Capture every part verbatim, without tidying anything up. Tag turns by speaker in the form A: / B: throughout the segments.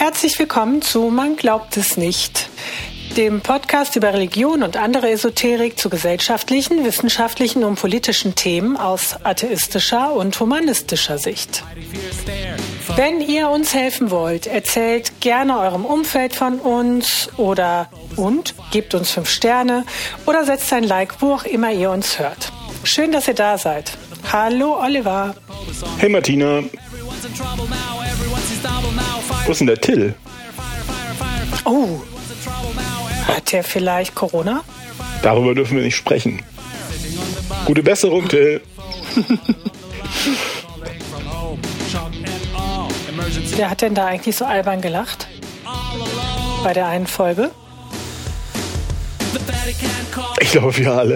A: Herzlich willkommen zu Man glaubt es nicht, dem Podcast über Religion und andere Esoterik zu gesellschaftlichen, wissenschaftlichen und politischen Themen aus atheistischer und humanistischer Sicht. Wenn ihr uns helfen wollt, erzählt gerne eurem Umfeld von uns oder und gebt uns fünf Sterne oder setzt ein Like, wo auch immer ihr uns hört. Schön, dass ihr da seid. Hallo Oliver.
B: Hey Martina. Wo ist denn der Till?
A: Oh, hat der vielleicht Corona?
B: Darüber dürfen wir nicht sprechen. Gute Besserung, Till.
A: Wer hat denn da eigentlich so albern gelacht? Bei der einen Folge?
B: Ich glaube, wir alle.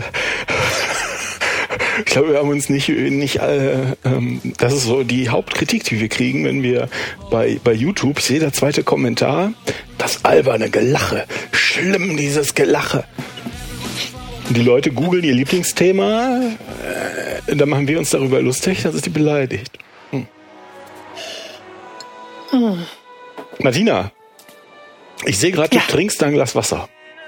B: Ich glaube, wir haben uns nicht, nicht äh, ähm, das ist so die Hauptkritik, die wir kriegen, wenn wir bei, bei YouTube, ich sehe der zweite Kommentar, das alberne Gelache, schlimm dieses Gelache. Und die Leute googeln ihr Lieblingsthema, äh, dann machen wir uns darüber lustig, dass es die beleidigt. Hm. Hm. Martina, ich sehe gerade,
A: ja.
B: Du trinkst ein Glas Wasser.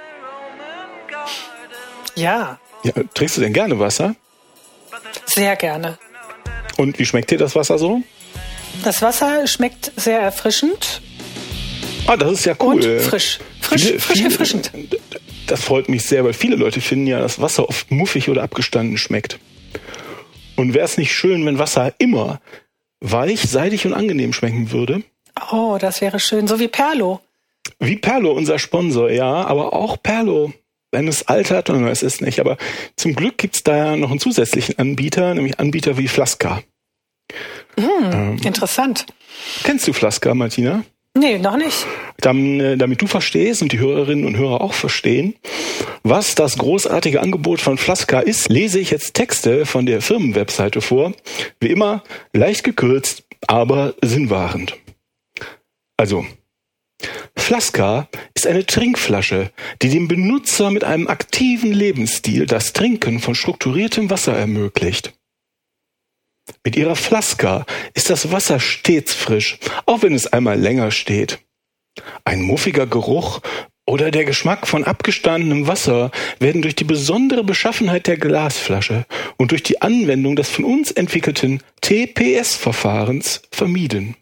A: Ja.
B: Ja. Trinkst du denn gerne Wasser?
A: Sehr gerne.
B: Und wie schmeckt dir das Wasser so?
A: Das Wasser schmeckt sehr erfrischend.
B: Ah, das ist ja cool.
A: Und frisch. Frisch,
B: viele,
A: frisch
B: viele,
A: erfrischend.
B: Das freut mich sehr, weil viele Leute finden ja, dass Wasser oft muffig oder abgestanden schmeckt. Und wäre es nicht schön, wenn Wasser immer weich, seidig und angenehm schmecken würde?
A: Oh, das wäre schön. So wie Perlo.
B: Wie Perlo, unser Sponsor, ja. Aber auch Perlo, wenn es altert, oder es ist nicht. Aber zum Glück gibt es da ja noch einen zusätzlichen Anbieter, nämlich Anbieter wie Flaska.
A: Hm,
B: ähm,
A: interessant.
B: Kennst du Flaska, Martina?
A: Nee, noch nicht.
B: Dann, damit du verstehst und die Hörerinnen und Hörer auch verstehen, was das großartige Angebot von Flaska ist, lese ich jetzt Texte von der Firmenwebseite vor. Wie immer leicht gekürzt, aber sinnwahrend. Also, Flaska ist eine Trinkflasche, die dem Benutzer mit einem aktiven Lebensstil das Trinken von strukturiertem Wasser ermöglicht. Mit ihrer Flaska ist das Wasser stets frisch, auch wenn es einmal länger steht. Ein muffiger Geruch oder der Geschmack von abgestandenem Wasser werden durch die besondere Beschaffenheit der Glasflasche und durch die Anwendung des von uns entwickelten T P S-Verfahrens vermieden.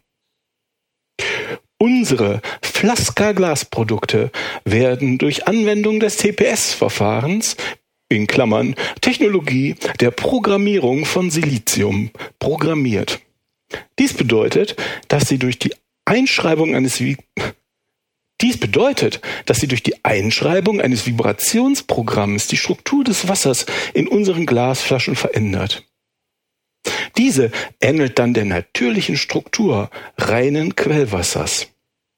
B: Unsere Flaska-Glasprodukte werden durch Anwendung des T P S-Verfahrens, in Klammern Technologie der Programmierung von Silizium, programmiert. Dies bedeutet, dass sie durch die Einschreibung eines Vi- Dies bedeutet, dass sie durch die Einschreibung eines Vibrationsprogramms die Struktur des Wassers in unseren Glasflaschen verändert. Diese ähnelt dann der natürlichen Struktur reinen Quellwassers.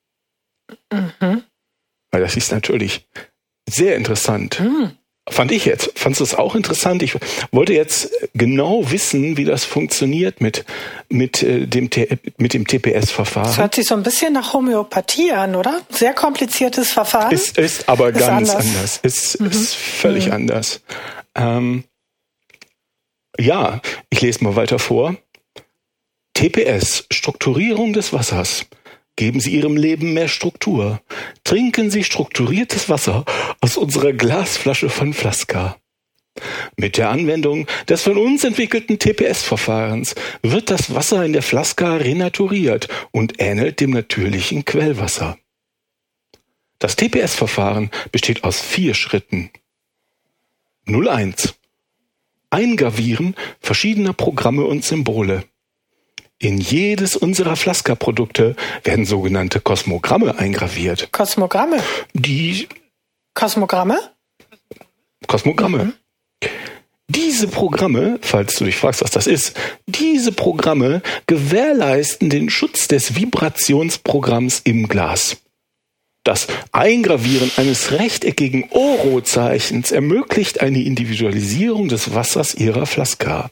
A: Mhm.
B: Weil das ist natürlich sehr interessant.
A: Mhm.
B: Fand ich jetzt. Fandst du es auch interessant? Ich wollte jetzt genau wissen, wie das funktioniert mit, mit, äh, dem, T- mit dem T P S-Verfahren.
A: Das hört sich so ein bisschen nach Homöopathie an, oder? Sehr kompliziertes Verfahren.
B: Ist, ist aber
A: ist
B: ganz
A: anders.
B: anders. Ist,
A: Mhm.
B: ist völlig
A: mhm.
B: anders. Ähm, ja, ich lese mal weiter vor. T P S, Strukturierung des Wassers. Geben Sie Ihrem Leben mehr Struktur. Trinken Sie strukturiertes Wasser aus unserer Glasflasche von Flaska. Mit der Anwendung des von uns entwickelten T P S-Verfahrens wird das Wasser in der Flaska renaturiert und ähnelt dem natürlichen Quellwasser. Das T P S-Verfahren besteht aus vier Schritten. Null eins. Eingravieren verschiedener Programme und Symbole. In jedes unserer Flaska-Produkte werden sogenannte Kosmogramme eingraviert.
A: Kosmogramme?
B: Die
A: Kosmogramme?
B: Kosmogramme.
A: Mhm.
B: Diese Programme, falls du dich fragst, was das ist, diese Programme gewährleisten den Schutz des Vibrationsprogramms im Glas. Das Eingravieren eines rechteckigen Oro-Zeichens ermöglicht eine Individualisierung des Wassers ihrer Flaska.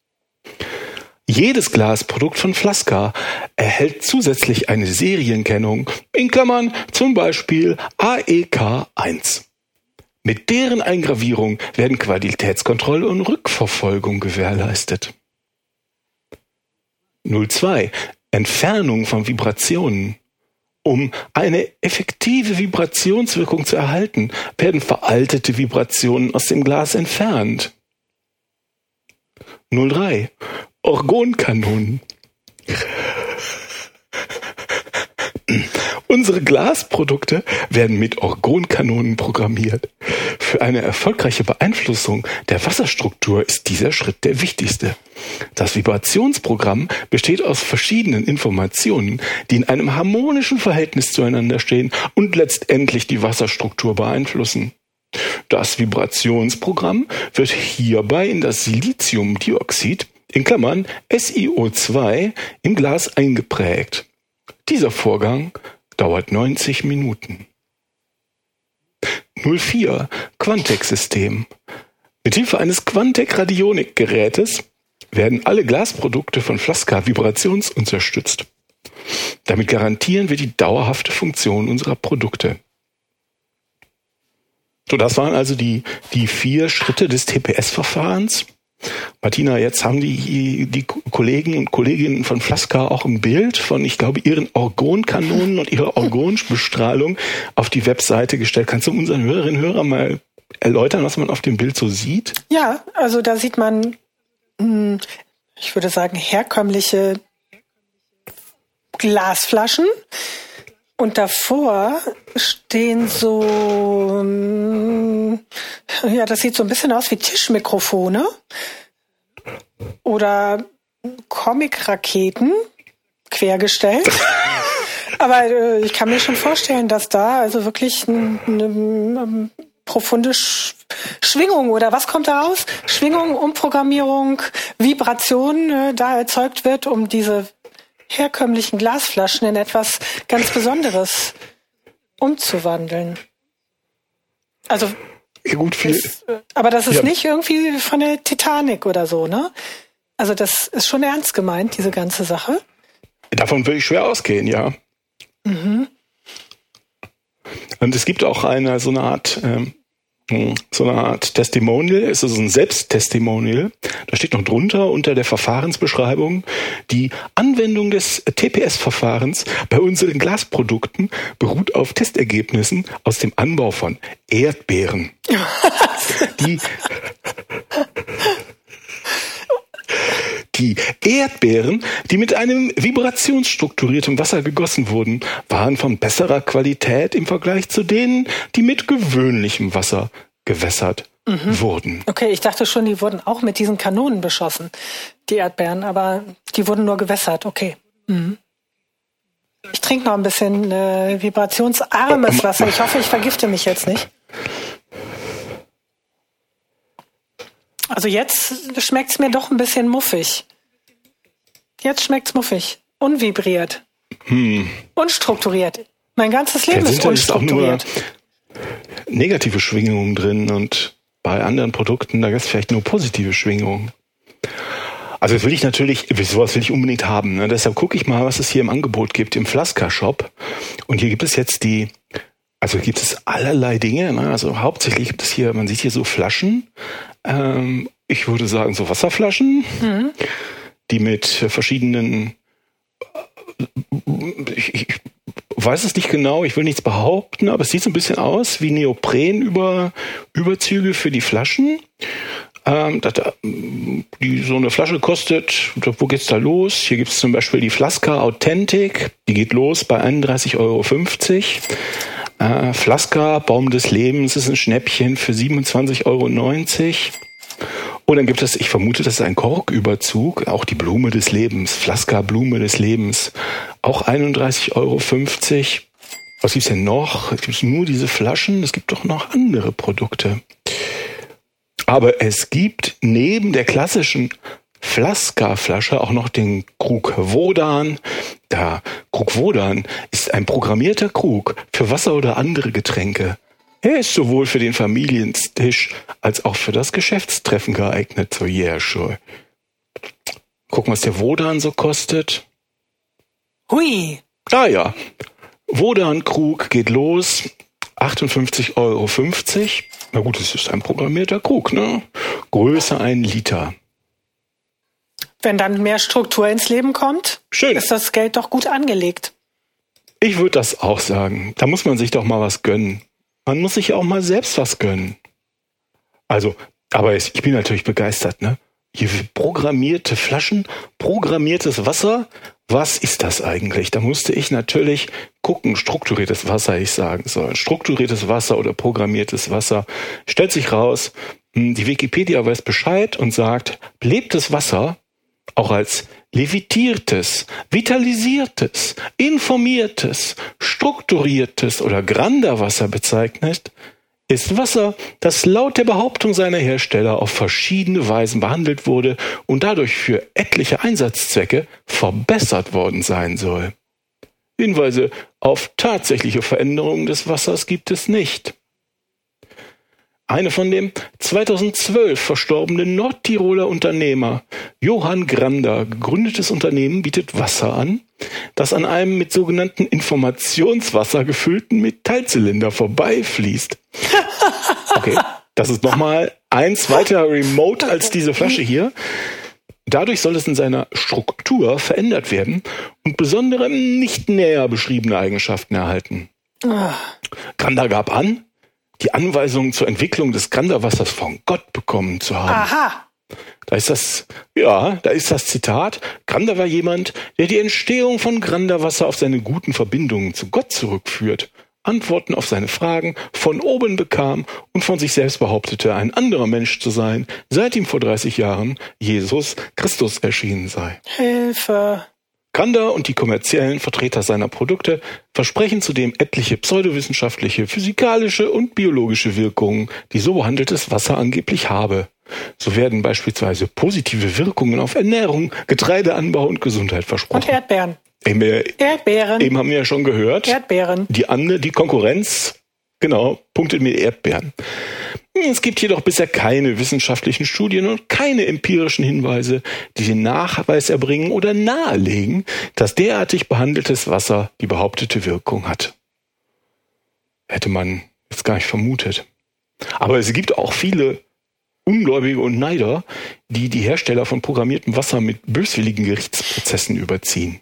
B: Jedes Glasprodukt von Flaska erhält zusätzlich eine Serienkennung, in Klammern zum Beispiel A E K eins. Mit deren Eingravierung werden Qualitätskontrolle und Rückverfolgung gewährleistet. null zwei. Entfernung von Vibrationen. Um eine effektive Vibrationswirkung zu erhalten, werden veraltete Vibrationen aus dem Glas entfernt. null drei. Orgonkanonen. Unsere Glasprodukte werden mit Orgonkanonen programmiert. Für eine erfolgreiche Beeinflussung der Wasserstruktur ist dieser Schritt der wichtigste. Das Vibrationsprogramm besteht aus verschiedenen Informationen, die in einem harmonischen Verhältnis zueinander stehen und letztendlich die Wasserstruktur beeinflussen. Das Vibrationsprogramm wird hierbei in das Siliziumdioxid, in Klammern S i O zwei, im Glas eingeprägt. Dieser Vorgang dauert neunzig Minuten. null vier. Quantec-System. Mithilfe eines Quantec-Radionik-Gerätes werden alle Glasprodukte von Flaska vibrationsunterstützt. Damit garantieren wir die dauerhafte Funktion unserer Produkte. So, das waren also die, die vier Schritte des T P S-Verfahrens. Martina, jetzt haben die, die Kollegen und Kolleginnen von Flaska auch ein Bild von, ich glaube, ihren Orgonkanonen und ihrer Orgonbestrahlung auf die Webseite gestellt. Kannst du unseren Hörerinnen und Hörern mal erläutern, was man auf dem Bild so sieht?
A: Ja, also da sieht man, ich würde sagen, herkömmliche Glasflaschen. Und davor stehen so, ja, das sieht so ein bisschen aus wie Tischmikrofone oder Comic-Raketen quergestellt. Aber äh, ich kann mir schon vorstellen, dass da also wirklich eine, eine profunde Sch- Schwingung oder was kommt da raus? Schwingung, Umprogrammierung, Vibration äh, da erzeugt wird, um diese herkömmlichen Glasflaschen in etwas ganz Besonderes umzuwandeln. Also,
B: ja, gut, viel.
A: Ist, aber das ist
B: ja.
A: nicht irgendwie von der Titanic oder so, ne? Also das ist schon ernst gemeint, diese ganze Sache.
B: Davon würde ich schwer ausgehen, ja.
A: Mhm.
B: Und es gibt auch eine so eine Art ähm, so eine Art Testimonial, es ist ein Selbsttestimonial. Da steht noch drunter unter der Verfahrensbeschreibung: Die Anwendung des T P S-Verfahrens bei unseren Glasprodukten beruht auf Testergebnissen aus dem Anbau von Erdbeeren. Die Die Erdbeeren, die mit einem vibrationsstrukturierten Wasser gegossen wurden, waren von besserer Qualität im Vergleich zu denen, die mit gewöhnlichem Wasser gewässert mhm. wurden.
A: Okay, ich dachte schon, die wurden auch mit diesen Kanonen beschossen, die Erdbeeren, aber die wurden nur gewässert, okay. Mhm. Ich trinke noch ein bisschen äh, vibrationsarmes Wasser. Ich hoffe, ich vergifte mich jetzt nicht. Also jetzt schmeckt es mir doch ein bisschen muffig. Jetzt schmeckt es muffig. Unvibriert. Hm. Unstrukturiert. Mein ganzes Leben ist unstrukturiert.
B: Auch nur negative Schwingungen drin und bei anderen Produkten, da gibt es vielleicht nur positive Schwingungen. Also das will ich natürlich, sowas will ich unbedingt haben. Ne? Deshalb gucke ich mal, was es hier im Angebot gibt im Flaska-Shop. Und hier gibt es jetzt die, also gibt es allerlei Dinge. Ne? Also hauptsächlich gibt es hier, man sieht hier so Flaschen. Ähm, ich würde sagen so Wasserflaschen, mhm. die mit verschiedenen, ich, ich weiß es nicht genau, ich will nichts behaupten, aber es sieht so ein bisschen aus wie Neopren-Überzüge für die Flaschen. Ähm, das, die, so eine Flasche kostet, wo geht's da los? Hier gibt's zum Beispiel die Flaska Authentic, die geht los bei einunddreißig Euro fünfzig. Äh, Flaska Baum des Lebens ist ein Schnäppchen für siebenundzwanzig Euro neunzig. Und dann gibt es, ich vermute, das ist ein Korküberzug, auch die Blume des Lebens, Flaska Blume des Lebens, auch einunddreißig Euro fünfzig. Was gibt's denn noch? Es gibt nur diese Flaschen, es gibt doch noch andere Produkte. Aber es gibt neben der klassischen Flaska-Flasche auch noch den Krug Wodan. Der Krug Wodan ist ein programmierter Krug für Wasser oder andere Getränke. Er ist sowohl für den Familientisch als auch für das Geschäftstreffen geeignet. So, yeah, sure. Gucken, was der Wodan so kostet.
A: Hui.
B: Ah ja, Wodan-Krug geht los. achtundfünfzig Euro fünfzig. Na gut, es ist ein programmierter Krug, ne? Größe ein Liter.
A: Wenn dann mehr Struktur ins Leben kommt,
B: Schön.
A: Ist das Geld doch gut angelegt.
B: Ich würde das auch sagen. Da muss man sich doch mal was gönnen. Man muss sich auch mal selbst was gönnen. Also, aber ich bin natürlich begeistert, ne? Hier programmierte Flaschen, programmiertes Wasser. Was ist das eigentlich? Da musste ich natürlich gucken, strukturiertes Wasser, ich sagen soll. Strukturiertes Wasser oder programmiertes Wasser. Stellt sich raus, die Wikipedia weiß Bescheid und sagt, belebtes Wasser, auch als levitiertes, vitalisiertes, informiertes, strukturiertes oder Granderwasser bezeichnet, ist Wasser, das laut der Behauptung seiner Hersteller auf verschiedene Weisen behandelt wurde und dadurch für etliche Einsatzzwecke verbessert worden sein soll. Hinweise auf tatsächliche Veränderungen des Wassers gibt es nicht. Eine von dem zweitausendzwölf verstorbenen Nordtiroler Unternehmer Johann Grander gegründetes Unternehmen bietet Wasser an, das an einem mit sogenannten Informationswasser gefüllten Metallzylinder vorbeifließt. Okay, das ist nochmal eins weiter remote als diese Flasche hier. Dadurch soll es in seiner Struktur verändert werden und besondere, nicht näher beschriebene Eigenschaften erhalten. Grander gab an, die Anweisungen zur Entwicklung des Granderwassers von Gott bekommen zu haben.
A: Aha.
B: Da ist das, ja, da ist das Zitat. Grander war jemand, der die Entstehung von Granderwasser auf seine guten Verbindungen zu Gott zurückführt, Antworten auf seine Fragen von oben bekam und von sich selbst behauptete, ein anderer Mensch zu sein, seit ihm vor dreißig Jahren Jesus Christus erschienen sei.
A: Hilfe.
B: Grander und die kommerziellen Vertreter seiner Produkte versprechen zudem etliche pseudowissenschaftliche, physikalische und biologische Wirkungen, die so behandeltes Wasser angeblich habe. So werden beispielsweise positive Wirkungen auf Ernährung, Getreideanbau und Gesundheit versprochen.
A: Und Erdbeeren.
B: Eben,
A: Erdbeeren.
B: Eben haben wir ja schon gehört.
A: Erdbeeren.
B: Die andere, die Konkurrenz, genau, punktet mit Erdbeeren. Es gibt jedoch bisher keine wissenschaftlichen Studien und keine empirischen Hinweise, die den Nachweis erbringen oder nahelegen, dass derartig behandeltes Wasser die behauptete Wirkung hat. Hätte man jetzt gar nicht vermutet. Aber es gibt auch viele Ungläubige und Neider, die die Hersteller von programmiertem Wasser mit böswilligen Gerichtsprozessen überziehen.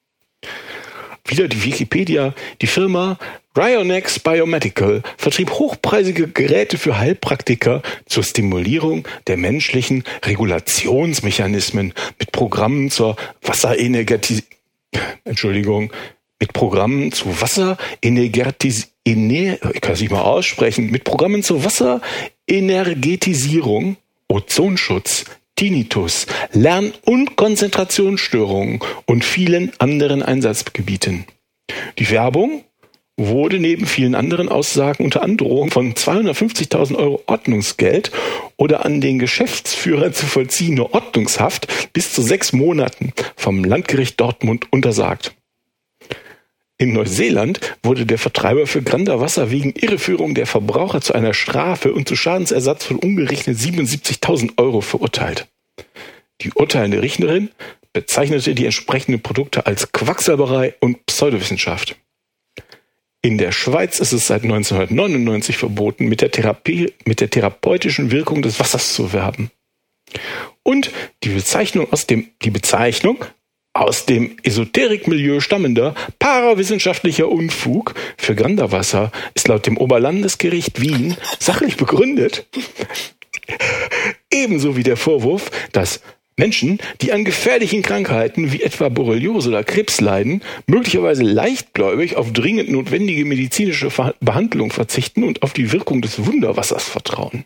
B: Wieder die Wikipedia, die Firma Ryonex Biomedical vertrieb hochpreisige Geräte für Heilpraktiker zur Stimulierung der menschlichen Regulationsmechanismen mit Programmen zur Wasserenergetis Entschuldigung, mit Programmen zu Wasserenergetis Ener ich kann es nicht mal aussprechen, mit Programmen zur Wasserenergetisierung, Ozonschutz, Tinnitus, Lern- und Konzentrationsstörungen und vielen anderen Einsatzgebieten. Die Werbung wurde neben vielen anderen Aussagen unter Androhung von zweihundertfünfzigtausend Euro Ordnungsgeld oder an den Geschäftsführer zu vollziehende Ordnungshaft bis zu sechs Monaten vom Landgericht Dortmund untersagt. In Neuseeland wurde der Vertreiber für Granderwasser wegen Irreführung der Verbraucher zu einer Strafe und zu Schadensersatz von umgerechnet siebenundsiebzigtausend Euro verurteilt. Die urteilende Richterin bezeichnete die entsprechenden Produkte als Quacksalberei und Pseudowissenschaft. In der Schweiz ist es seit neunzehnhundertneunundneunzig verboten, mit der Therapie, mit der therapeutischen Wirkung des Wassers zu werben. Und die Bezeichnung aus dem, die Bezeichnung aus dem Esoterikmilieu stammender parawissenschaftlicher Unfug für Granderwasser ist laut dem Oberlandesgericht Wien sachlich begründet. Ebenso wie der Vorwurf, dass Menschen, die an gefährlichen Krankheiten wie etwa Borreliose oder Krebs leiden, möglicherweise leichtgläubig auf dringend notwendige medizinische Behandlung verzichten und auf die Wirkung des Wunderwassers vertrauen.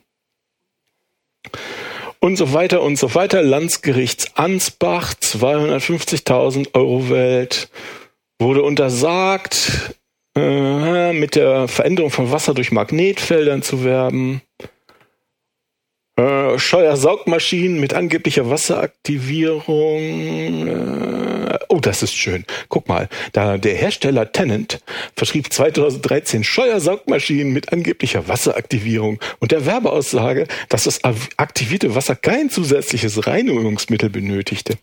B: Und so weiter und so weiter. Landgerichts Ansbach, zweihundertfünfzigtausend Euro Welt, wurde untersagt, äh, mit der Veränderung von Wasser durch Magnetfeldern zu werben. Äh, Scheuersaugmaschinen mit angeblicher Wasseraktivierung. Äh, oh, das ist schön. Guck mal, da der Hersteller Tennant vertrieb zweitausenddreizehn Scheuersaugmaschinen mit angeblicher Wasseraktivierung und der Werbeaussage, dass das aktivierte Wasser kein zusätzliches Reinigungsmittel benötigte.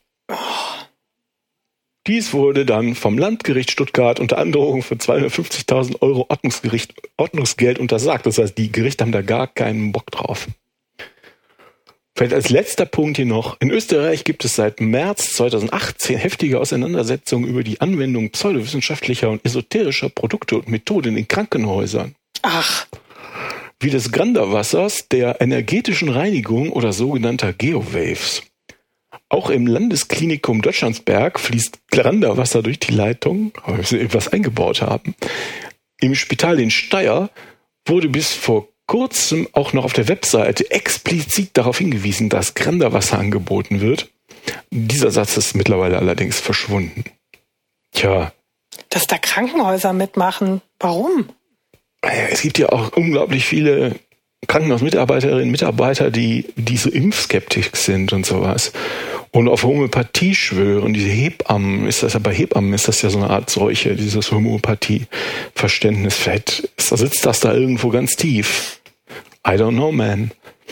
B: Dies wurde dann vom Landgericht Stuttgart unter Androhung von zweihundertfünfzigtausend Euro Ordnungsgeld untersagt. Das heißt, die Gerichte haben da gar keinen Bock drauf. Vielleicht als letzter Punkt hier noch. In Österreich gibt es seit März zweitausendachtzehn heftige Auseinandersetzungen über die Anwendung pseudowissenschaftlicher und esoterischer Produkte und Methoden in Krankenhäusern.
A: Ach.
B: Wie des Granderwassers, der energetischen Reinigung oder sogenannter Geowaves. Auch im Landesklinikum Deutschlandsberg fließt Granderwasser durch die Leitung, weil sie etwas eingebaut haben. Im Spital in Steyr wurde bis vor kurzem auch noch auf der Webseite explizit darauf hingewiesen, dass Granderwasser angeboten wird. Dieser Satz ist mittlerweile allerdings verschwunden. Tja.
A: Dass da Krankenhäuser mitmachen. Warum?
B: Es gibt ja auch unglaublich viele Krankenhausmitarbeiterinnen und Mitarbeiter, die, die so impfskeptisch sind und sowas. Und auf Homöopathie schwören. Diese Hebammen, ist das ja bei Hebammen ist das ja so eine Art Seuche, dieses Homöopathie-Verständnis. Vielleicht sitzt das da irgendwo ganz tief. I don't know, man.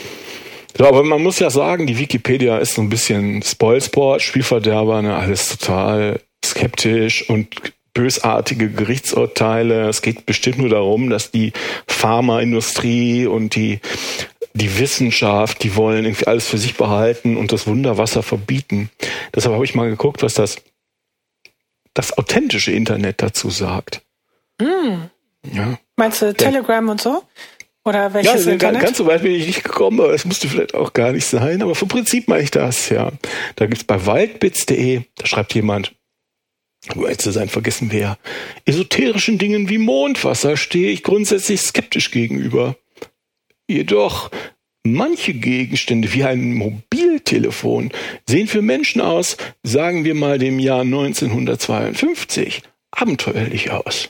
B: So, aber man muss ja sagen, die Wikipedia ist so ein bisschen Spoilsport, Spielverderber, ne, alles total skeptisch und bösartige Gerichtsurteile. Es geht bestimmt nur darum, dass die Pharmaindustrie und die Die Wissenschaft, die wollen irgendwie alles für sich behalten und das Wunderwasser verbieten. Deshalb habe ich mal geguckt, was das, das authentische Internet dazu sagt.
A: Hm.
B: Ja.
A: Meinst du Telegram ja. und so? Oder welches
B: ja,
A: Internet?
B: Ganz so weit bin ich nicht gekommen, aber es musste vielleicht auch gar nicht sein. Aber vom Prinzip mache ich das, ja. Da gibt's bei waldbits punkt de, da schreibt jemand, wo jetzt zu sein vergessen wer, esoterischen Dingen wie Mondwasser stehe ich grundsätzlich skeptisch gegenüber. Jedoch, manche Gegenstände wie ein Mobiltelefon sehen für Menschen aus, sagen wir mal dem Jahr neunzehnhundertzweiundfünfzig, abenteuerlich aus.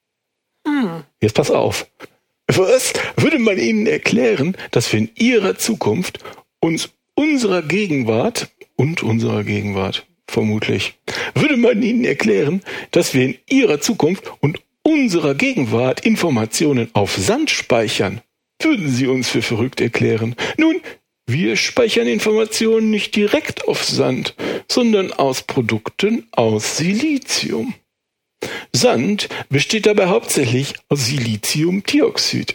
B: Hm. Jetzt pass auf. Was würde man Ihnen erklären, dass wir in Ihrer Zukunft uns unserer Gegenwart und unserer Gegenwart vermutlich, würde man Ihnen erklären, dass wir in Ihrer Zukunft und unserer Gegenwart Informationen auf Sand speichern? Würden Sie uns für verrückt erklären? Nun, wir speichern Informationen nicht direkt auf Sand, sondern aus Produkten aus Silizium. Sand besteht dabei hauptsächlich aus Siliziumdioxid.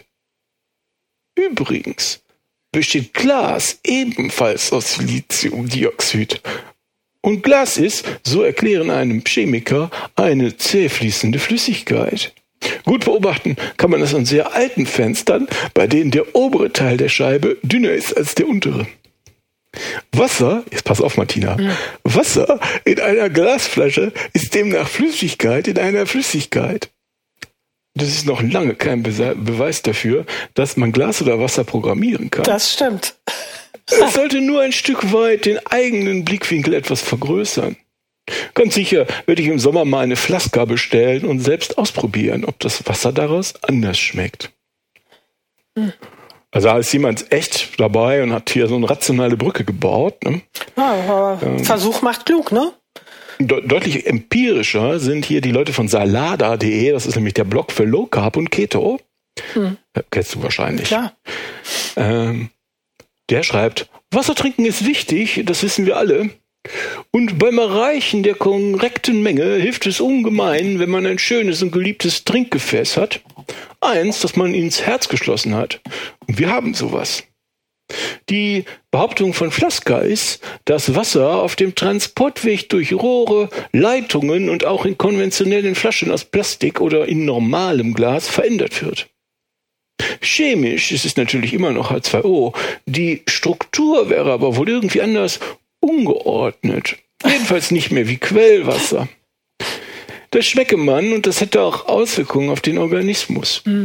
B: Übrigens besteht Glas ebenfalls aus Siliziumdioxid. Und Glas ist, so erklären einem Chemiker, eine zähfließende Flüssigkeit. Gut beobachten kann man das an sehr alten Fenstern, bei denen der obere Teil der Scheibe dünner ist als der untere. Wasser, jetzt pass auf Martina, ja. Wasser in einer Glasflasche ist demnach Flüssigkeit in einer Flüssigkeit. Das ist noch lange kein Be- Beweis dafür, dass man Glas oder Wasser programmieren kann.
A: Das stimmt.
B: Es sollte nur ein Stück weit den eigenen Blickwinkel etwas vergrößern. Ganz sicher werde ich im Sommer mal eine Flaska bestellen und selbst ausprobieren, ob das Wasser daraus anders schmeckt. Hm. Also da ist jemand echt dabei und hat hier so eine rationale Brücke gebaut. Ne?
A: Ja, aber ähm, Versuch macht klug, ne?
B: De- deutlich empirischer sind hier die Leute von salada punkt de, das ist nämlich der Blog für Low Carb und Keto. Hm. Kennst du wahrscheinlich.
A: Klar.
B: Ähm, der schreibt, Wasser trinken ist wichtig, das wissen wir alle. Und beim Erreichen der korrekten Menge hilft es ungemein, wenn man ein schönes und geliebtes Trinkgefäß hat. Eins, das man ins Herz geschlossen hat. Und wir haben sowas. Die Behauptung von Flaska ist, dass Wasser auf dem Transportweg durch Rohre, Leitungen und auch in konventionellen Flaschen aus Plastik oder in normalem Glas verändert wird. Chemisch ist es natürlich immer noch H zwei O. Die Struktur wäre aber wohl irgendwie anders ungeordnet. Jedenfalls nicht mehr wie Quellwasser. Das schmecke man und das hätte auch Auswirkungen auf den Organismus. Mhm.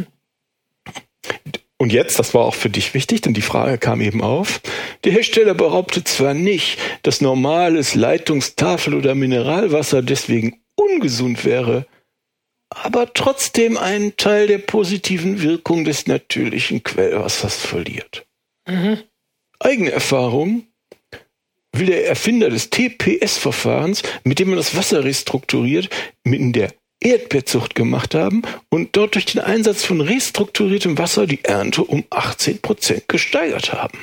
B: Und jetzt, das war auch für dich wichtig, denn die Frage kam eben auf, der Hersteller behauptet zwar nicht, dass normales Leitungstafel- oder Mineralwasser deswegen ungesund wäre, aber trotzdem einen Teil der positiven Wirkung des natürlichen Quellwassers verliert. Mhm. Eigene Erfahrung will der Erfinder des T P S-Verfahrens, mit dem man das Wasser restrukturiert, in der Erdbeerzucht gemacht haben und dort durch den Einsatz von restrukturiertem Wasser die Ernte um achtzehn Prozent gesteigert haben.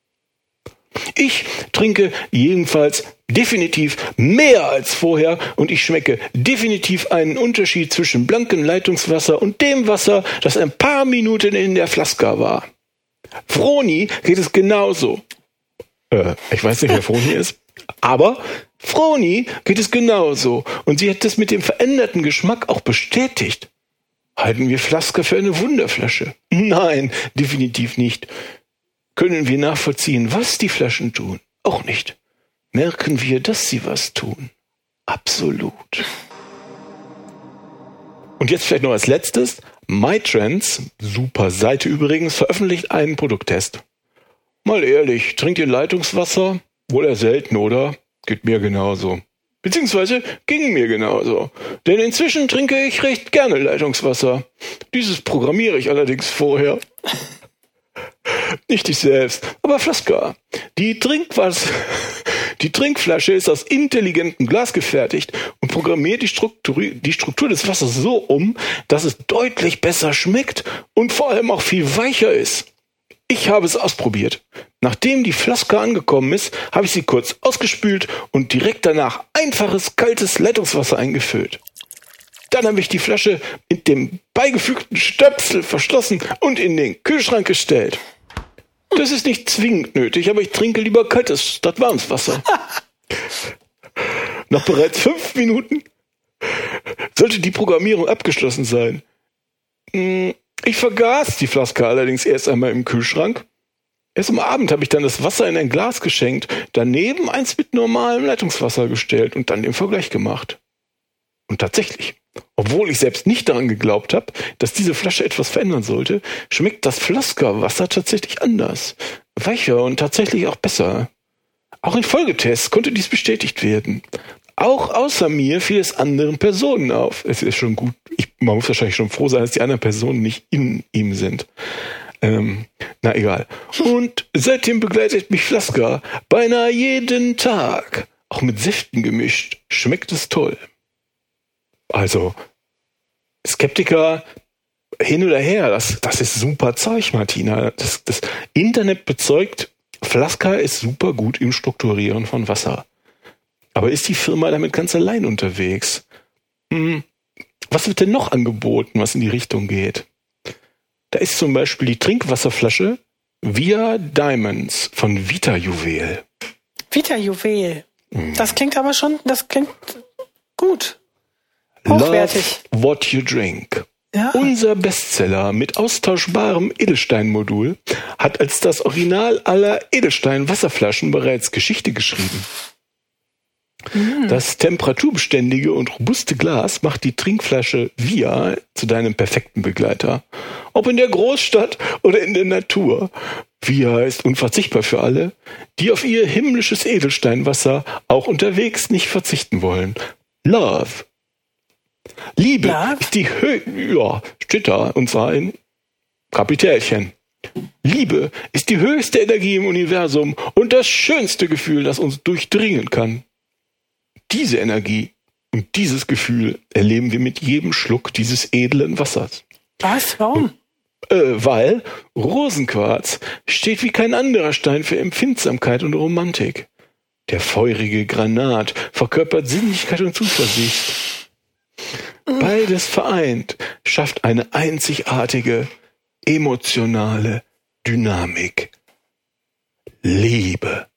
B: Ich trinke jedenfalls definitiv mehr als vorher und ich schmecke definitiv einen Unterschied zwischen blankem Leitungswasser und dem Wasser, das ein paar Minuten in der Flaska war. Vroni geht es genauso. Äh, ich weiß nicht, wer Froni ist. Aber Froni geht es genauso. Und sie hat das mit dem veränderten Geschmack auch bestätigt. Halten wir Flaska für eine Wunderflasche? Nein, definitiv nicht. Können wir nachvollziehen, was die Flaschen tun? Auch nicht. Merken wir, dass sie was tun? Absolut. Und jetzt vielleicht noch als letztes. MyTrends, super Seite übrigens, veröffentlicht einen Produkttest. Mal ehrlich, trinkt ihr Leitungswasser? Wohl eher selten, oder? Geht mir genauso. Beziehungsweise ging mir genauso. Denn inzwischen trinke ich recht gerne Leitungswasser. Dieses programmiere ich allerdings vorher. Nicht ich selbst, aber Flaska. Die Trinkwas, die Trinkflasche ist aus intelligentem Glas gefertigt und programmiert die Struktur, die Struktur des Wassers so um, dass es deutlich besser schmeckt und vor allem auch viel weicher ist. Ich habe es ausprobiert. Nachdem die Flaska angekommen ist, habe ich sie kurz ausgespült und direkt danach einfaches, kaltes Leitungswasser eingefüllt. Dann habe ich die Flasche mit dem beigefügten Stöpsel verschlossen und in den Kühlschrank gestellt. Das ist nicht zwingend nötig, aber ich trinke lieber kaltes statt warmes Wasser. Nach bereits fünf Minuten sollte die Programmierung abgeschlossen sein. Ich vergaß die Flaska allerdings erst einmal im Kühlschrank. Erst am Abend habe ich dann das Wasser in ein Glas geschenkt, daneben eins mit normalem Leitungswasser gestellt und dann den Vergleich gemacht. Und tatsächlich, obwohl ich selbst nicht daran geglaubt habe, dass diese Flasche etwas verändern sollte, schmeckt das Flaska-Wasser tatsächlich anders, weicher und tatsächlich auch besser. Auch in Folgetests konnte dies bestätigt werden. Auch außer mir fiel es anderen Personen auf. Es ist schon gut, ich, man muss wahrscheinlich schon froh sein, dass die anderen Personen nicht in ihm sind. Ähm, na egal. Und seitdem begleitet mich Flaska beinahe jeden Tag. Auch mit Säften gemischt. Schmeckt es toll. Also, Skeptiker hin oder her, das, das ist super Zeug, Martina. Das, das Internet bezeugt, Flaska ist super gut im Strukturieren von Wasser. Aber ist die Firma damit ganz allein unterwegs? Hm, was wird denn noch angeboten, was in die Richtung geht? Da ist zum Beispiel die Trinkwasserflasche Via Diamonds von Vita Juwel.
A: Vita Juwel. Hm. Das klingt aber schon, das klingt gut. Hochwertig.
B: Love what you drink.
A: Ja.
B: Unser Bestseller mit austauschbarem Edelsteinmodul hat als das Original aller Edelstein-Wasserflaschen bereits Geschichte geschrieben. Mhm. Das temperaturbeständige und robuste Glas macht die Trinkflasche Via zu deinem perfekten Begleiter. Ob in der Großstadt oder in der Natur. Via ist unverzichtbar für alle, die auf ihr himmlisches Edelsteinwasser auch unterwegs nicht verzichten wollen. Love. Liebe
A: Love?
B: ist die Höhe, ja, steht da, und zwar in Kapitälchen. Liebe ist die höchste Energie im Universum und das schönste Gefühl, das uns durchdringen kann. Diese Energie und dieses Gefühl erleben wir mit jedem Schluck dieses edlen Wassers.
A: Was? Warum?
B: Äh, weil Rosenquarz steht wie kein anderer Stein für Empfindsamkeit und Romantik. Der feurige Granat verkörpert Sinnlichkeit und Zuversicht. Beides vereint schafft eine einzigartige, emotionale Dynamik. Liebe.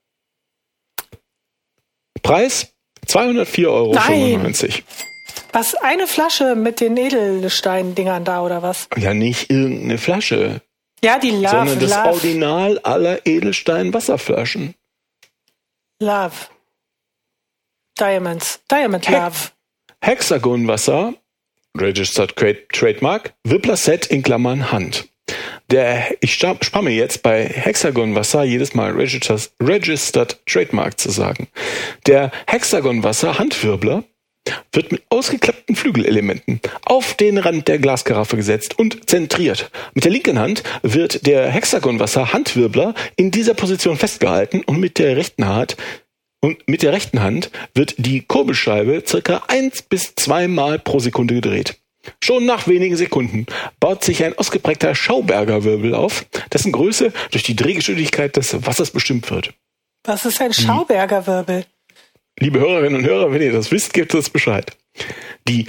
B: Preis zweihundertvier Euro fünfundneunzig.
A: Was, eine Flasche mit den Edelstein-Dingern da, oder was?
B: Ja, nicht irgendeine Flasche.
A: Ja, die Love.
B: Sondern das
A: Love.
B: Original aller Edelstein-Wasserflaschen.
A: Love. Diamonds. Diamond
B: He-
A: Love.
B: Hexagonwasser, Registered Trademark, Wippler Set in Klammern Hand. Der, ich spare mir jetzt bei Hexagonwasser jedes Mal Registered, Registered Trademark zu sagen. Der Hexagonwasser Handwirbler wird mit ausgeklappten Flügelelementen auf den Rand der Glaskaraffe gesetzt und zentriert. Mit der linken Hand wird der Hexagonwasser Handwirbler in dieser Position festgehalten und mit der rechten Hand Und mit der rechten Hand wird die Kurbelscheibe circa eins bis zwei Mal pro Sekunde gedreht. Schon nach wenigen Sekunden baut sich ein ausgeprägter Schauberger-Wirbel auf, dessen Größe durch die Drehgeschwindigkeit des Wassers bestimmt wird.
A: Was ist ein Schauberger-Wirbel?
B: Liebe Hörerinnen und Hörer, wenn ihr das wisst, gebt uns Bescheid. Die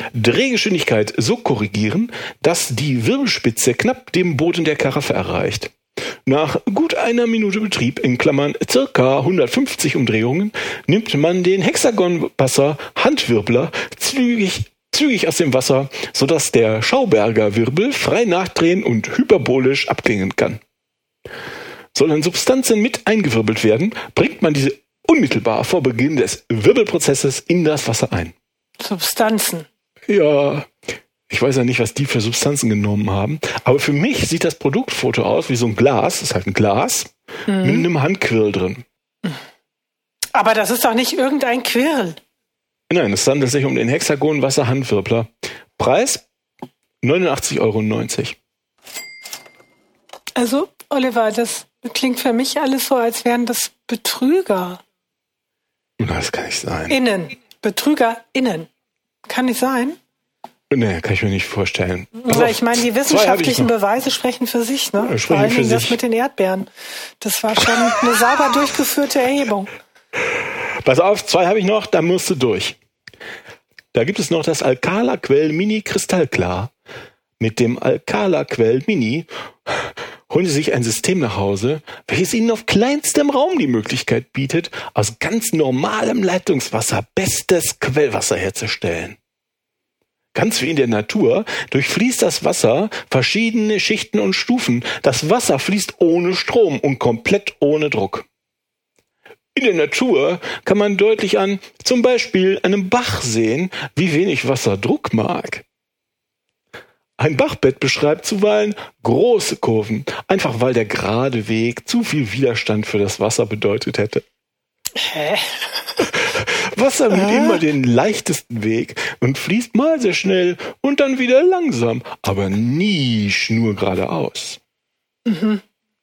B: Drehgeschwindigkeit so korrigieren, dass die Wirbelspitze knapp den Boden der Karaffe erreicht. Nach gut einer Minute Betrieb, in Klammern circa hundertfünfzig Umdrehungen, nimmt man den Hexagonwasser-Handwirbler zügig, zügig aus dem Wasser, sodass der Schauberger-Wirbel frei nachdrehen und hyperbolisch abklingen kann. Sollen Substanzen mit eingewirbelt werden, bringt man diese unmittelbar vor Beginn des Wirbelprozesses in das Wasser ein.
A: Substanzen?
B: Ja, ich weiß ja nicht, was die für Substanzen genommen haben, aber für mich sieht das Produktfoto aus wie so ein Glas, das ist halt ein Glas, mhm. mit einem Handquirl drin.
A: Aber das ist doch nicht irgendein Quirl.
B: Nein, es handelt sich um den Hexagon-Wasser-Handwirbler. Preis neunundachtzig Euro neunzig.
A: Also, Oliver, das klingt für mich alles so, als wären das Betrüger.
B: Das kann nicht sein.
A: Innen. Betrüger innen. Kann nicht sein?
B: Nee, kann ich mir nicht vorstellen.
A: Oder ich meine, die wissenschaftlichen Beweise sprechen für sich, ne?
B: Ja,
A: Vor allem
B: für
A: das
B: sich.
A: mit den Erdbeeren. Das war schon eine sauber durchgeführte Erhebung.
B: Pass auf, zwei habe ich noch, da musst du durch. Da gibt es noch das Alcala Quell Mini Kristallklar. Mit dem Alcala Quell Mini holen Sie sich ein System nach Hause, welches Ihnen auf kleinstem Raum die Möglichkeit bietet, aus ganz normalem Leitungswasser bestes Quellwasser herzustellen. Ganz wie in der Natur durchfließt das Wasser verschiedene Schichten und Stufen. Das Wasser fließt ohne Strom und komplett ohne Druck. In der Natur kann man deutlich an zum Beispiel einem Bach sehen, wie wenig Wasser Druck mag. Ein Bachbett beschreibt zuweilen große Kurven, einfach weil der gerade Weg zu viel Widerstand für das Wasser bedeutet hätte.
A: Hä?
B: Wasser nimmt äh? immer den leichtesten Weg und fließt mal sehr schnell und dann wieder langsam, aber nie schnurgeradeaus. Mhm.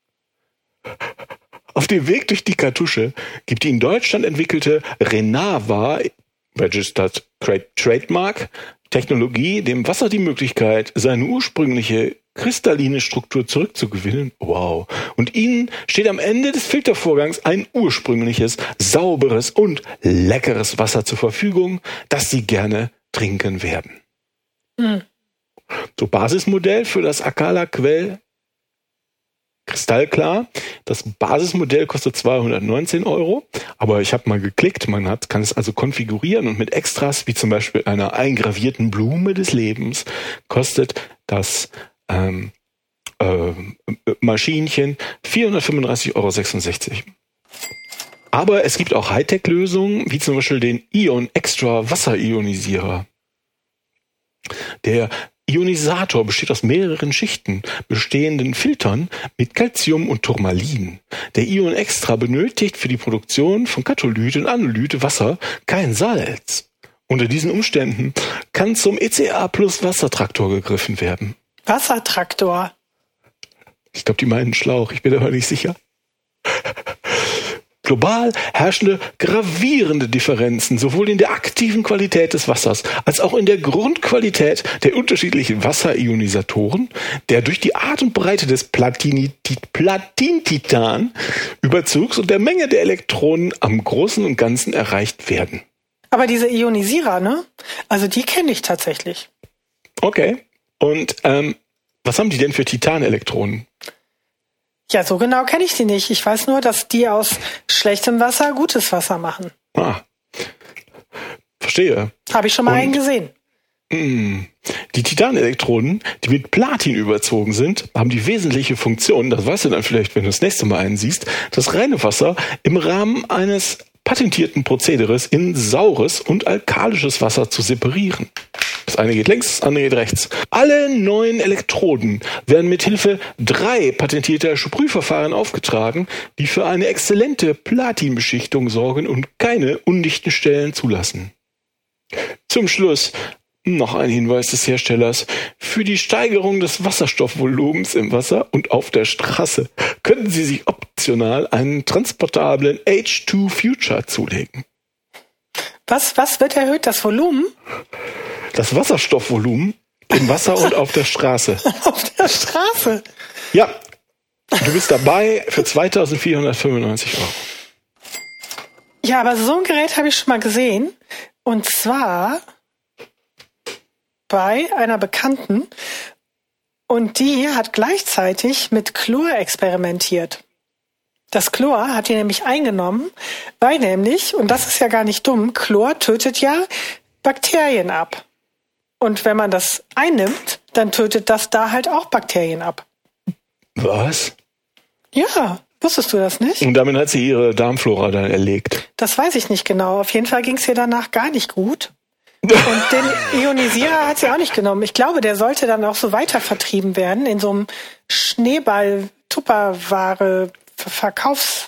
B: Auf dem Weg durch die Kartusche gibt die in Deutschland entwickelte Renava Registered Trademark Technologie dem Wasser die Möglichkeit, seine ursprüngliche kristalline Struktur zurückzugewinnen. Wow. Und Ihnen steht am Ende des Filtervorgangs ein ursprüngliches, sauberes und leckeres Wasser zur Verfügung, das Sie gerne trinken werden. Mhm. So, Basismodell für das Alcala Quell Kristallklar. Das Basismodell kostet zweihundertneunzehn Euro, aber ich habe mal geklickt, man hat, kann es also konfigurieren und mit Extras, wie zum Beispiel einer eingravierten Blume des Lebens, kostet das ähm, äh, Maschinchen vierhundertfünfunddreißig Euro sechsundsechzig. Aber es gibt auch Hightech-Lösungen, wie zum Beispiel den Ion Extra Wasserionisierer. Der Ionisator besteht aus mehreren Schichten, bestehenden Filtern mit Calcium und Turmalin. Der Ion Extra benötigt für die Produktion von Katholyt und Anolyt Wasser kein Salz. Unter diesen Umständen kann zum E C A Plus Wassertraktor gegriffen werden.
A: Wassertraktor?
B: Ich glaube, die meinen Schlauch, ich bin aber nicht sicher. Global herrschende gravierende Differenzen sowohl in der aktiven Qualität des Wassers als auch in der Grundqualität der unterschiedlichen Wasserionisatoren, der durch die Art und Breite des Platintitan-Überzugs und der Menge der Elektronen am Großen und Ganzen erreicht werden.
A: Aber diese Ionisierer, ne? Also die kenne ich tatsächlich.
B: Okay. Und ähm, was haben die denn für Titanelektronen?
A: Ja, so genau kenne ich die nicht. Ich weiß nur, dass die aus schlechtem Wasser gutes Wasser machen.
B: Ah, verstehe.
A: Habe ich schon mal
B: Und,
A: einen gesehen.
B: Mh, die Titanelektronen, die mit Platin überzogen sind, haben die wesentliche Funktion, das weißt du dann vielleicht, wenn du das nächste Mal einen siehst, das reine Wasser im Rahmen eines patentierten Prozederes in saures und alkalisches Wasser zu separieren. Das eine geht links, das andere geht rechts. Alle neuen Elektroden werden mithilfe drei patentierter Sprühverfahren aufgetragen, die für eine exzellente Platinbeschichtung sorgen und keine undichten Stellen zulassen. Zum Schluss noch ein Hinweis des Herstellers. Für die Steigerung des Wasserstoffvolumens im Wasser und auf der Straße können Sie sich optional einen transportablen H zwei Future zulegen.
A: Was, was wird erhöht? Das Volumen?
B: Das Wasserstoffvolumen im Wasser und auf der Straße.
A: Auf der Straße?
B: Ja, du bist dabei für zweitausendvierhundertfünfundneunzig Euro.
A: Ja, aber so ein Gerät habe ich schon mal gesehen. Und zwar bei einer Bekannten. Und die hat gleichzeitig mit Chlor experimentiert. Das Chlor hat die nämlich eingenommen, weil nämlich, und das ist ja gar nicht dumm, Chlor tötet ja Bakterien ab. Und wenn man das einnimmt, dann tötet das da halt auch Bakterien ab.
B: Was?
A: Ja, wusstest du das nicht?
B: Und damit hat sie ihre Darmflora dann erlegt.
A: Das weiß ich nicht genau. Auf jeden Fall ging es ihr danach gar nicht gut. Und den Ionisierer hat sie auch nicht genommen. Ich glaube, der sollte dann auch so weiter vertrieben werden in so einem Schneeball-Tupperware Verkaufs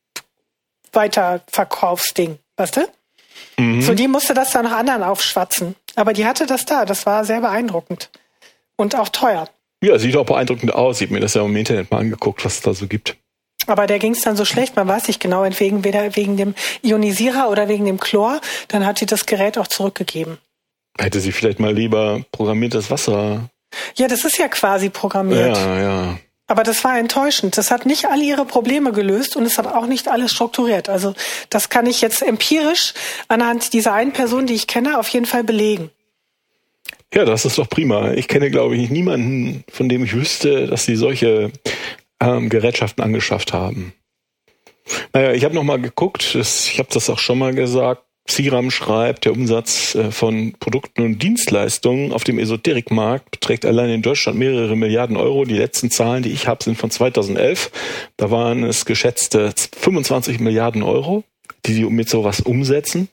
A: Weiterverkaufsding, weißt du? Mhm. So, die musste das dann noch anderen aufschwatzen. Aber die hatte das da. Das war sehr beeindruckend. Und auch teuer.
B: Ja, sieht auch beeindruckend aus. Ich habe mir das ja im Internet mal angeguckt, was es da so gibt.
A: Aber der ging es dann so schlecht, man weiß nicht genau, entweder weder wegen dem Ionisierer oder wegen dem Chlor. Dann hat sie das Gerät auch zurückgegeben.
B: Hätte sie vielleicht mal lieber programmiertes Wasser.
A: Ja, das ist ja quasi programmiert.
B: Ja, ja.
A: Aber das war enttäuschend. Das hat nicht alle ihre Probleme gelöst und es hat auch nicht alles strukturiert. Also das kann ich jetzt empirisch anhand dieser einen Person, die ich kenne, auf jeden Fall belegen.
B: Ja, das ist doch prima. Ich kenne, glaube ich, niemanden, von dem ich wüsste, dass sie solche ähm, Gerätschaften angeschafft haben. Naja, ich habe noch mal geguckt, das, ich habe das auch schon mal gesagt, Ciram schreibt, der Umsatz äh, von Produkten und Dienstleistungen auf dem Esoterikmarkt beträgt allein in Deutschland mehrere Milliarden Euro. Die letzten Zahlen, die ich habe, sind von zweitausendelf. Da waren es geschätzte fünfundzwanzig Milliarden Euro, die sie mit sowas umsetzen.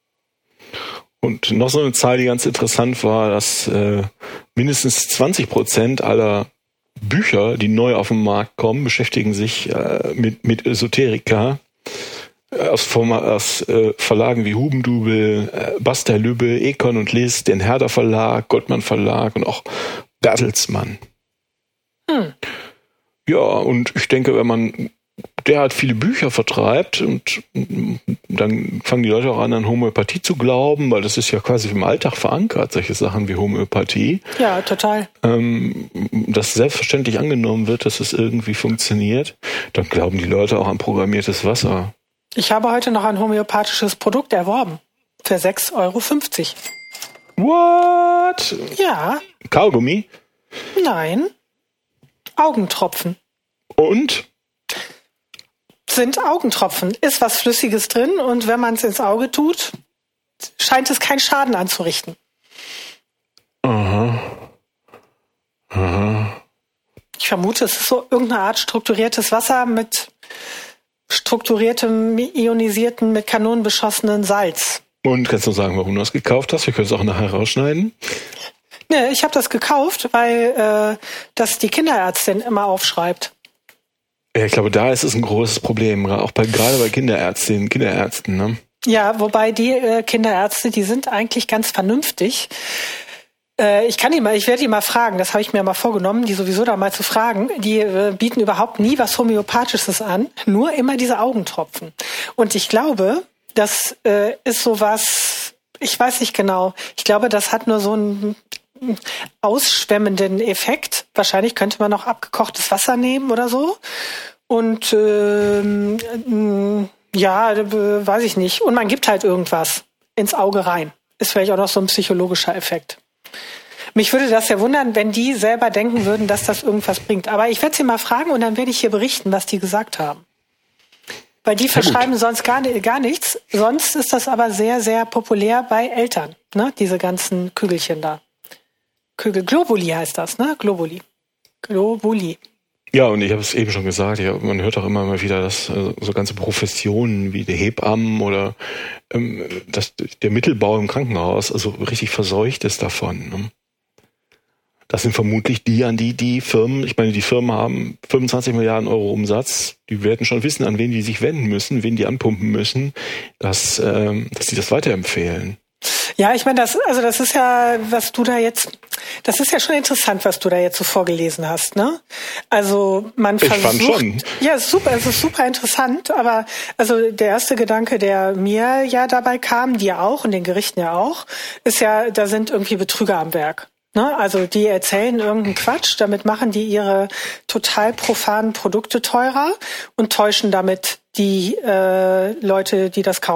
B: Und noch so eine Zahl, die ganz interessant war, dass äh, mindestens zwanzig Prozent aller Bücher, die neu auf den Markt kommen, beschäftigen sich äh, mit, mit Esoterika. Aus, Forma, aus äh, Verlagen wie Hubendubel, äh, Basta Lübbe, Econ und Liss, den Herder Verlag, Gottmann Verlag und auch Bertelsmann. Hm. Ja, und ich denke, wenn man derart viele Bücher vertreibt und dann fangen die Leute auch an, an Homöopathie zu glauben, weil das ist ja quasi im Alltag verankert, solche Sachen wie Homöopathie.
A: Ja, total.
B: Ähm, dass selbstverständlich angenommen wird, dass es irgendwie funktioniert, dann glauben die Leute auch an programmiertes Wasser.
A: Ich habe heute noch ein homöopathisches Produkt erworben. Für sechs Euro fünfzig.
B: What?
A: Ja.
B: Kaugummi?
A: Nein. Augentropfen.
B: Und?
A: Sind Augentropfen. Ist was Flüssiges drin und wenn man es ins Auge tut, scheint es keinen Schaden anzurichten.
B: Aha. Aha.
A: Ich vermute, es ist so irgendeine Art strukturiertes Wasser mit strukturiertem, ionisierten, mit Kanonen beschossenen Salz.
B: Und kannst du sagen, warum du das gekauft hast? Wir können es auch nachher rausschneiden.
A: Nee, ich habe das gekauft, weil äh, das die Kinderärztin immer aufschreibt.
B: Ja, ich glaube, da ist es ein großes Problem, auch bei, gerade bei Kinderärztinnen, Kinderärzten, ne?
A: Ja, wobei die äh, Kinderärzte, die sind eigentlich ganz vernünftig. Äh, ich kann die mal, ich werde die mal fragen, das habe ich mir mal vorgenommen, die sowieso da mal zu fragen. Die äh, bieten überhaupt nie was Homöopathisches an, nur immer diese Augentropfen. Und ich glaube, das äh, ist sowas, ich weiß nicht genau, ich glaube, das hat nur so einen ausschwemmenden Effekt. Wahrscheinlich könnte man noch abgekochtes Wasser nehmen oder so. Und ähm, ja, äh, weiß ich nicht. Und man gibt halt irgendwas ins Auge rein. Ist vielleicht auch noch so ein psychologischer Effekt. Mich würde das ja wundern, wenn die selber denken würden, dass das irgendwas bringt. Aber ich werde sie mal fragen und dann werde ich hier berichten, was die gesagt haben. Weil die verschreiben sonst gar, gar nichts. Sonst ist das aber sehr, sehr populär bei Eltern, ne? Diese ganzen Kügelchen da. Kügel, Globuli heißt das, ne? Globuli. Globuli.
B: Ja, und ich habe es eben schon gesagt, ja, man hört auch immer mal wieder, dass äh, so ganze Professionen wie die Hebammen oder ähm, das, der Mittelbau im Krankenhaus also richtig verseucht ist davon. Ne? Das sind vermutlich die, an die die Firmen, ich meine, die Firmen haben fünfundzwanzig Milliarden Euro Umsatz, die werden schon wissen, an wen die sich wenden müssen, wen die anpumpen müssen, dass, ähm, dass die das weiterempfehlen.
A: Ja, ich meine, das, also das ist ja, was du da jetzt, das ist ja schon interessant, was du da jetzt so vorgelesen hast, ne? Also man
B: ich
A: versucht,
B: fand schon.
A: Ja, ist super, es ist super interessant, aber also der erste Gedanke, der mir ja dabei kam, dir auch und den Gerichten ja auch, ist ja, da sind irgendwie Betrüger am Werk. Ne? Also die erzählen irgendeinen Quatsch, damit machen die ihre total profanen Produkte teurer und täuschen damit die äh, Leute, die das kaufen.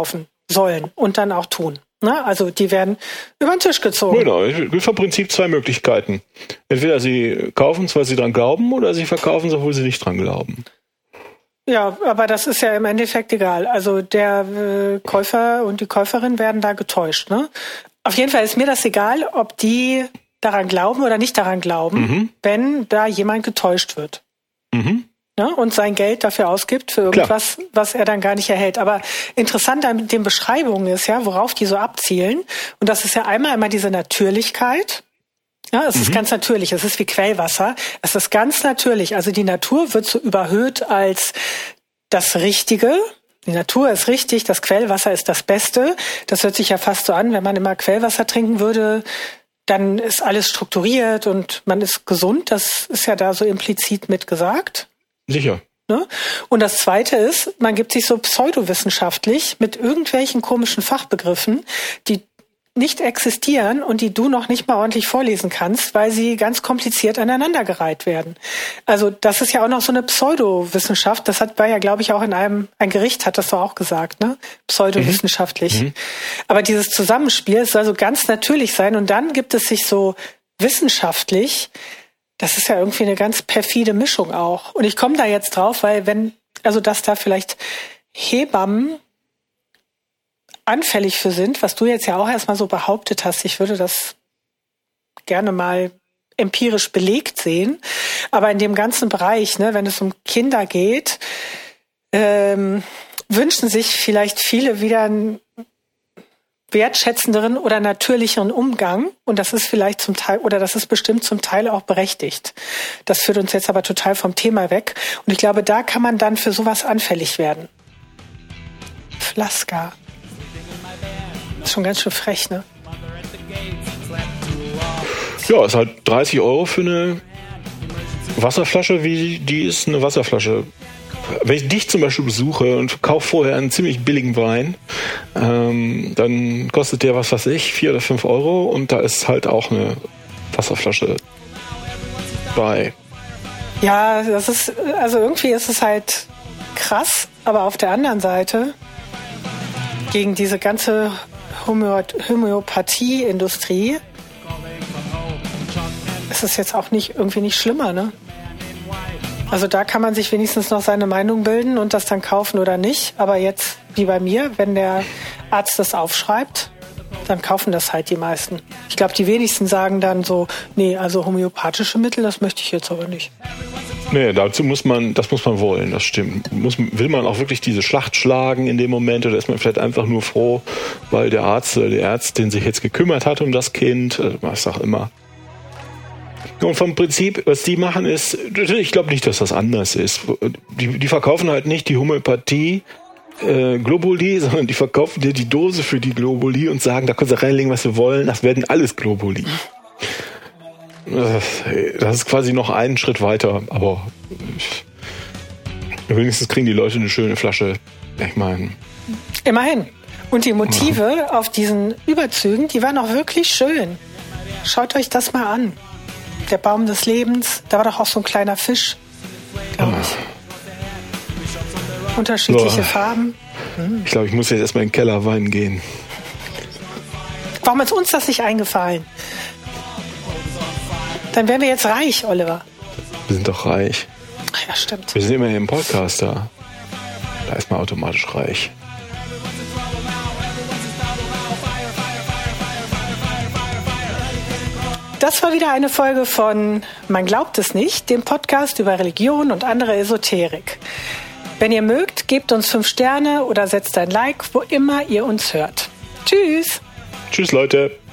A: sollen und dann auch tun. Na, also die werden über den Tisch gezogen.
B: Genau, es gibt vom Prinzip zwei Möglichkeiten. Entweder sie kaufen es, weil sie dran glauben, oder sie verkaufen es, obwohl sie nicht dran glauben.
A: Ja, aber das ist ja im Endeffekt egal. Also der äh, Käufer und die Käuferin werden da getäuscht. Ne? Auf jeden Fall ist mir das egal, ob die daran glauben oder nicht daran glauben, mhm. wenn da jemand getäuscht wird. Mhm. Ne? Und sein Geld dafür ausgibt für irgendwas, Klar. was er dann gar nicht erhält. Aber interessant an den Beschreibungen ist ja, worauf die so abzielen. Und das ist ja einmal einmal diese Natürlichkeit. Ja, es mhm. ist ganz natürlich. Es ist wie Quellwasser. Es ist ganz natürlich. Also die Natur wird so überhöht als das Richtige. Die Natur ist richtig, das Quellwasser ist das Beste. Das hört sich ja fast so an, wenn man immer Quellwasser trinken würde, dann ist alles strukturiert und man ist gesund. Das ist ja da so implizit mit gesagt.
B: Sicher.
A: Ne? Und das Zweite ist, man gibt sich so pseudowissenschaftlich mit irgendwelchen komischen Fachbegriffen, die nicht existieren und die du noch nicht mal ordentlich vorlesen kannst, weil sie ganz kompliziert aneinandergereiht werden. Also das ist ja auch noch so eine Pseudowissenschaft. Das hat, war ja, glaube ich, auch in einem, ein Gericht hat das doch auch gesagt, ne? Pseudowissenschaftlich. Mhm. Aber dieses Zusammenspiel soll so ganz natürlich sein und dann gibt es sich so wissenschaftlich. Das ist ja irgendwie eine ganz perfide Mischung auch. Und ich komme da jetzt drauf, weil wenn, also dass da vielleicht Hebammen anfällig für sind, was du jetzt ja auch erstmal so behauptet hast, ich würde das gerne mal empirisch belegt sehen. Aber in dem ganzen Bereich, ne, wenn es um Kinder geht, ähm, wünschen sich vielleicht viele wieder einen wertschätzenderen oder natürlicheren Umgang. Und das ist vielleicht zum Teil, oder das ist bestimmt zum Teil auch berechtigt. Das führt uns jetzt aber total vom Thema weg. Und ich glaube, da kann man dann für sowas anfällig werden. Flaska. Ist schon ganz schön frech, ne?
B: Ja, ist halt dreißig Euro für eine Wasserflasche, wie die ist eine Wasserflasche. Wenn ich dich zum Beispiel besuche und kaufe vorher einen ziemlich billigen Wein, ähm, dann kostet der, was weiß ich, vier oder fünf Euro und da ist halt auch eine Wasserflasche bei.
A: Ja, das ist, also irgendwie ist es halt krass, aber auf der anderen Seite gegen diese ganze Homöopathie-Industrie ist es jetzt auch nicht irgendwie nicht schlimmer, ne? Also da kann man sich wenigstens noch seine Meinung bilden und das dann kaufen oder nicht. Aber jetzt, wie bei mir, wenn der Arzt das aufschreibt, dann kaufen das halt die meisten. Ich glaube, die wenigsten sagen dann so, nee, also homöopathische Mittel, das möchte ich jetzt aber nicht.
B: Nee, dazu muss man, das muss man wollen, das stimmt. Muss, will man auch wirklich diese Schlacht schlagen in dem Moment oder ist man vielleicht einfach nur froh, weil der Arzt oder die Ärztin sich jetzt gekümmert hat um das Kind, was auch immer. Und vom Prinzip, was die machen, ist, ich glaube nicht, dass das anders ist. Die, die verkaufen halt nicht die Homöopathie äh, Globuli, sondern die verkaufen dir die Dose für die Globuli und sagen, da kannst du reinlegen, was wir wollen, das werden alles Globuli. Das ist quasi noch einen Schritt weiter, aber wenigstens kriegen die Leute eine schöne Flasche. Ich meine.
A: Immerhin. Und die Motive ja. auf diesen Überzügen, die waren auch wirklich schön. Schaut euch das mal an. Der Baum des Lebens, da war doch auch so ein kleiner Fisch, glaube ich. Unterschiedliche Boah. Farben. Hm.
B: Ich glaube, ich muss jetzt erstmal in den Keller weinen gehen.
A: Warum ist uns das nicht eingefallen? Dann wären wir jetzt reich, Oliver.
B: Wir sind doch reich.
A: Ach ja, stimmt.
B: Wir sind immer im Podcast da. Da ist man automatisch reich.
A: Das war wieder eine Folge von Man glaubt es nicht, dem Podcast über Religion und andere Esoterik. Wenn ihr mögt, gebt uns fünf Sterne oder setzt ein Like, wo immer ihr uns hört. Tschüss.
B: Tschüss, Leute.